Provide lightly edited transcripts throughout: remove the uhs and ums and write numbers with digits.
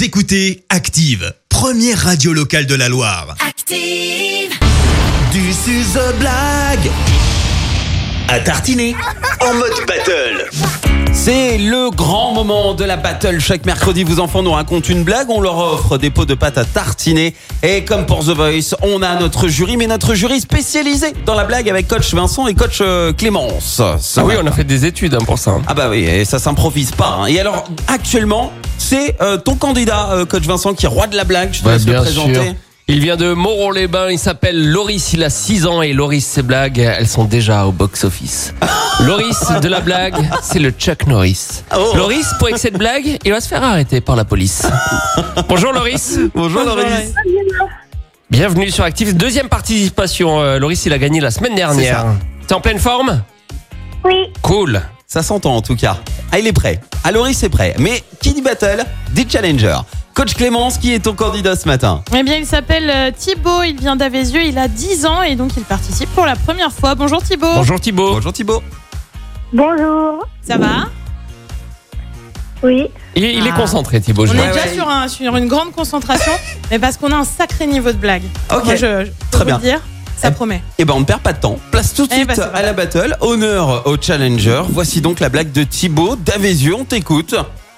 Vous écoutez Active, première radio locale de la Loire. Active. Du suze blague à tartiner en mode battle. C'est le grand moment de la battle. Chaque mercredi, vos enfants nous racontent une blague. On leur offre des pots de pâte à tartiner. Et comme pour The Voice, on a notre jury. Mais notre jury spécialisé dans la blague avec coach Vincent et coach Clémence. Oui, on a fait des études pour ça. Ah bah oui, et ça s'improvise pas. Hein. Et alors, actuellement, c'est ton candidat, coach Vincent, qui est roi de la blague. Je te laisse le présenter. Sûr. Il vient de Moron-les-Bains, il s'appelle Loris, il a 6 ans et Loris, ses blagues, elles sont déjà au box-office. Loris de la blague, c'est le Chuck Norris. Oh. Loris, pour excès de blague, il va se faire arrêter par la police. Bonjour Loris. Bonjour Loris. Bienvenue sur Active. Deuxième participation, Loris, il a gagné la semaine dernière. T'es en pleine forme ? Oui, Cool. Ça s'entend en tout cas. Ah, il est prêt. Ah, Loris est prêt. Mais qui dit battle, dit challenger. Coach Clémence, qui est ton candidat ce matin? Eh bien, il s'appelle Thibaut, il vient d'Avézieux, il a 10 ans et donc il participe pour la première fois. Bonjour Thibaut. Bonjour Thibaut. Bonjour Thibaut. bonjour. Ça va? Oui, Il est concentré Thibaut. On je est vois. déjà sur une grande concentration, mais parce qu'on a un sacré niveau de blague. Ok. Moi, je peux Très vous bien. le dire, ça promet. Eh ben, on ne perd pas de temps. Place tout de Eh suite ben, c'est à vrai. la battle. Honneur au challenger. Voici donc la blague de Thibaut d'Avézieux. On t'écoute.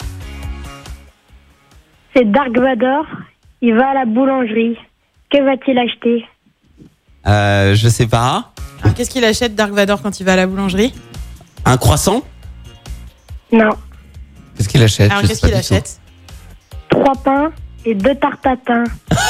c'est Dark Vador. Il va à la boulangerie. Que va-t-il acheter? Je sais pas. Alors, qu'est-ce qu'il achète Dark Vador quand il va à la boulangerie? Un croissant? Non, Qu'est-ce qu'il achète? Alors, Je qu'est-ce sais qu'il pas du tout. achète? 3 pains et 2 tartes à pain.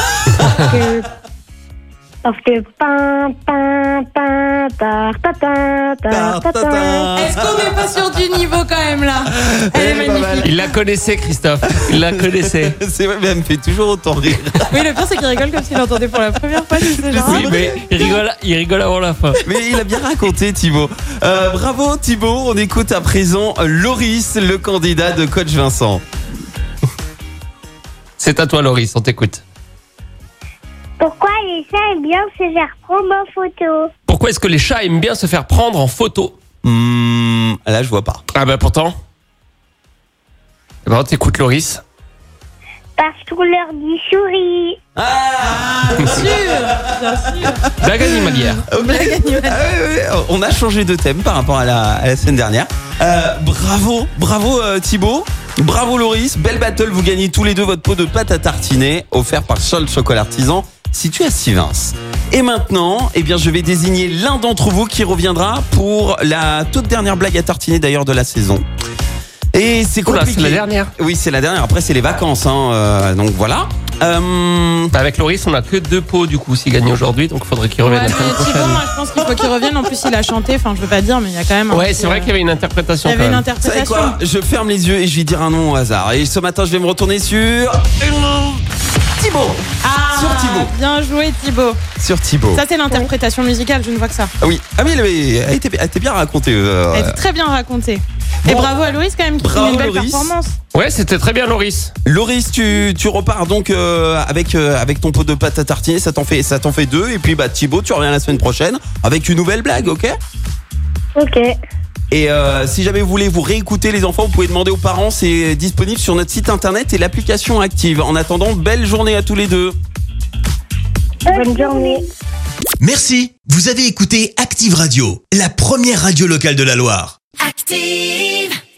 Parce que pain, tarte à pain, tarte à pain. Est-ce qu'on n'est pas sûr du niveau quand même là? Elle est magnifique. Il la connaissait Christophe. Il la connaissait. C'est vrai, mais elle me fait toujours autant rire. Oui, le pire c'est qu'il rigole comme s'il l'entendait pour la première fois. Tu sais, genre. Oui, mais il rigole avant la fin. Mais il a bien raconté, Thibaut. Bravo, Thibaut. On écoute à présent Loris, le candidat de coach Vincent. C'est à toi Loris, on t'écoute. Pourquoi les chats aiment bien se faire prendre en photo? Pourquoi est-ce que les chats aiment bien se faire prendre en photo? Là, je vois pas. Ah bah pourtant. Eh ben, on t'écoute Loris. Parce qu'on leur dit souris. Bien sûr. Blague animalière. Blague animale. Oui, on a changé de thème par rapport à la semaine dernière. Bravo Thibaut. Bravo Loris. Belle battle. Vous gagnez tous les deux votre pot de pâte à tartiner offert par Sol Chocolat Artisan, situé à Sivins. Et maintenant, eh bien, je vais désigner l'un d'entre vous qui reviendra pour la toute dernière blague à tartiner d'ailleurs de la saison. Et c'est Oula, compliqué. c'est la dernière. Oui, c'est la dernière. Après, c'est les vacances. Donc voilà. Bah, avec Loris, on a que 2 pots du coup s'il gagne aujourd'hui, donc il faudrait qu'il revienne Ouais, la semaine mais Thibaut, prochaine. moi je pense qu'il faut qu'il revienne. En plus, il a chanté. Enfin, je veux pas dire, mais il y a quand même. Ouais, c'est vrai qu'il y avait une interprétation Il y quand avait une même. Vous savez interprétation. quoi? Je ferme les yeux et je vais dire un nom au hasard. Et ce matin, je vais me retourner sur Thibaut. Ah, Sur Thibaut. bien joué Thibaut. Sur Thibaut. Ça c'est l'interprétation musicale, je ne vois que ça. Ah oui. Ah oui, elle était bien racontée. Elle était très bien racontée. Et Bon. bravo à Loris quand même qui fait Bravo, une belle Loris. performance. Ouais, c'était très bien Loris. Loris, tu repars donc avec ton pot de pâte à tartiner. Ça t'en fait 2. Et puis bah Thibaut, tu reviens la semaine prochaine avec une nouvelle blague, ok? Ok. Et si jamais vous voulez vous réécouter les enfants, vous pouvez demander aux parents. C'est disponible sur notre site internet et l'application Active. En attendant, belle journée à tous les deux. Bonne journée. Merci. Vous avez écouté Active Radio, la première radio locale de la Loire. Active.